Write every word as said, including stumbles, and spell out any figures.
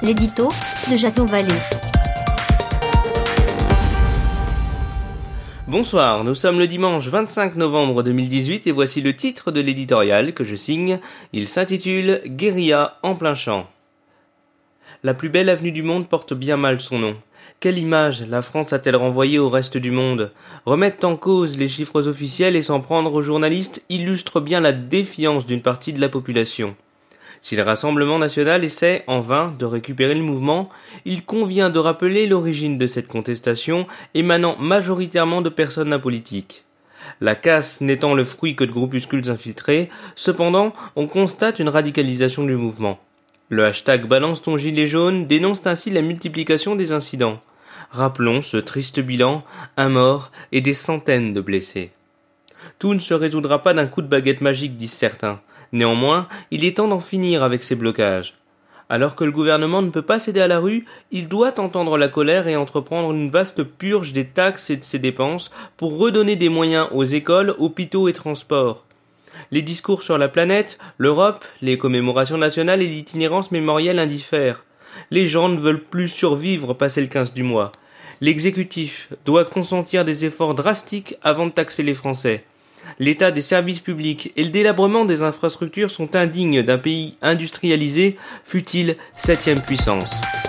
L'édito de Jason Vallée. Bonsoir, nous sommes le dimanche vingt-cinq novembre deux mille dix-huit et voici le titre de l'éditorial que je signe. Il s'intitule « Guérilla en plein champ ». La plus belle avenue du monde porte bien mal son nom. Quelle image la France a-t-elle renvoyée au reste du monde ? Remettre en cause les chiffres officiels et s'en prendre aux journalistes illustre bien la défiance d'une partie de la population. Si le Rassemblement national essaie, en vain, de récupérer le mouvement, il convient de rappeler l'origine de cette contestation émanant majoritairement de personnes apolitiques. La casse n'étant le fruit que de groupuscules infiltrés, cependant, on constate une radicalisation du mouvement. Le hashtag Balance ton gilet jaune dénonce ainsi la multiplication des incidents. Rappelons ce triste bilan, un mort et des centaines de blessés. Tout ne se résoudra pas d'un coup de baguette magique, disent certains. Néanmoins, il est temps d'en finir avec ces blocages. Alors que le gouvernement ne peut pas céder à la rue, il doit entendre la colère et entreprendre une vaste purge des taxes et de ses dépenses pour redonner des moyens aux écoles, hôpitaux et transports. Les discours sur la planète, l'Europe, les commémorations nationales et l'itinérance mémorielle indiffèrent. Les gens ne veulent plus survivre passé le quinze du mois. L'exécutif doit consentir des efforts drastiques avant de taxer les Français. L'état des services publics et le délabrement des infrastructures sont indignes d'un pays industrialisé, fût-il septième puissance.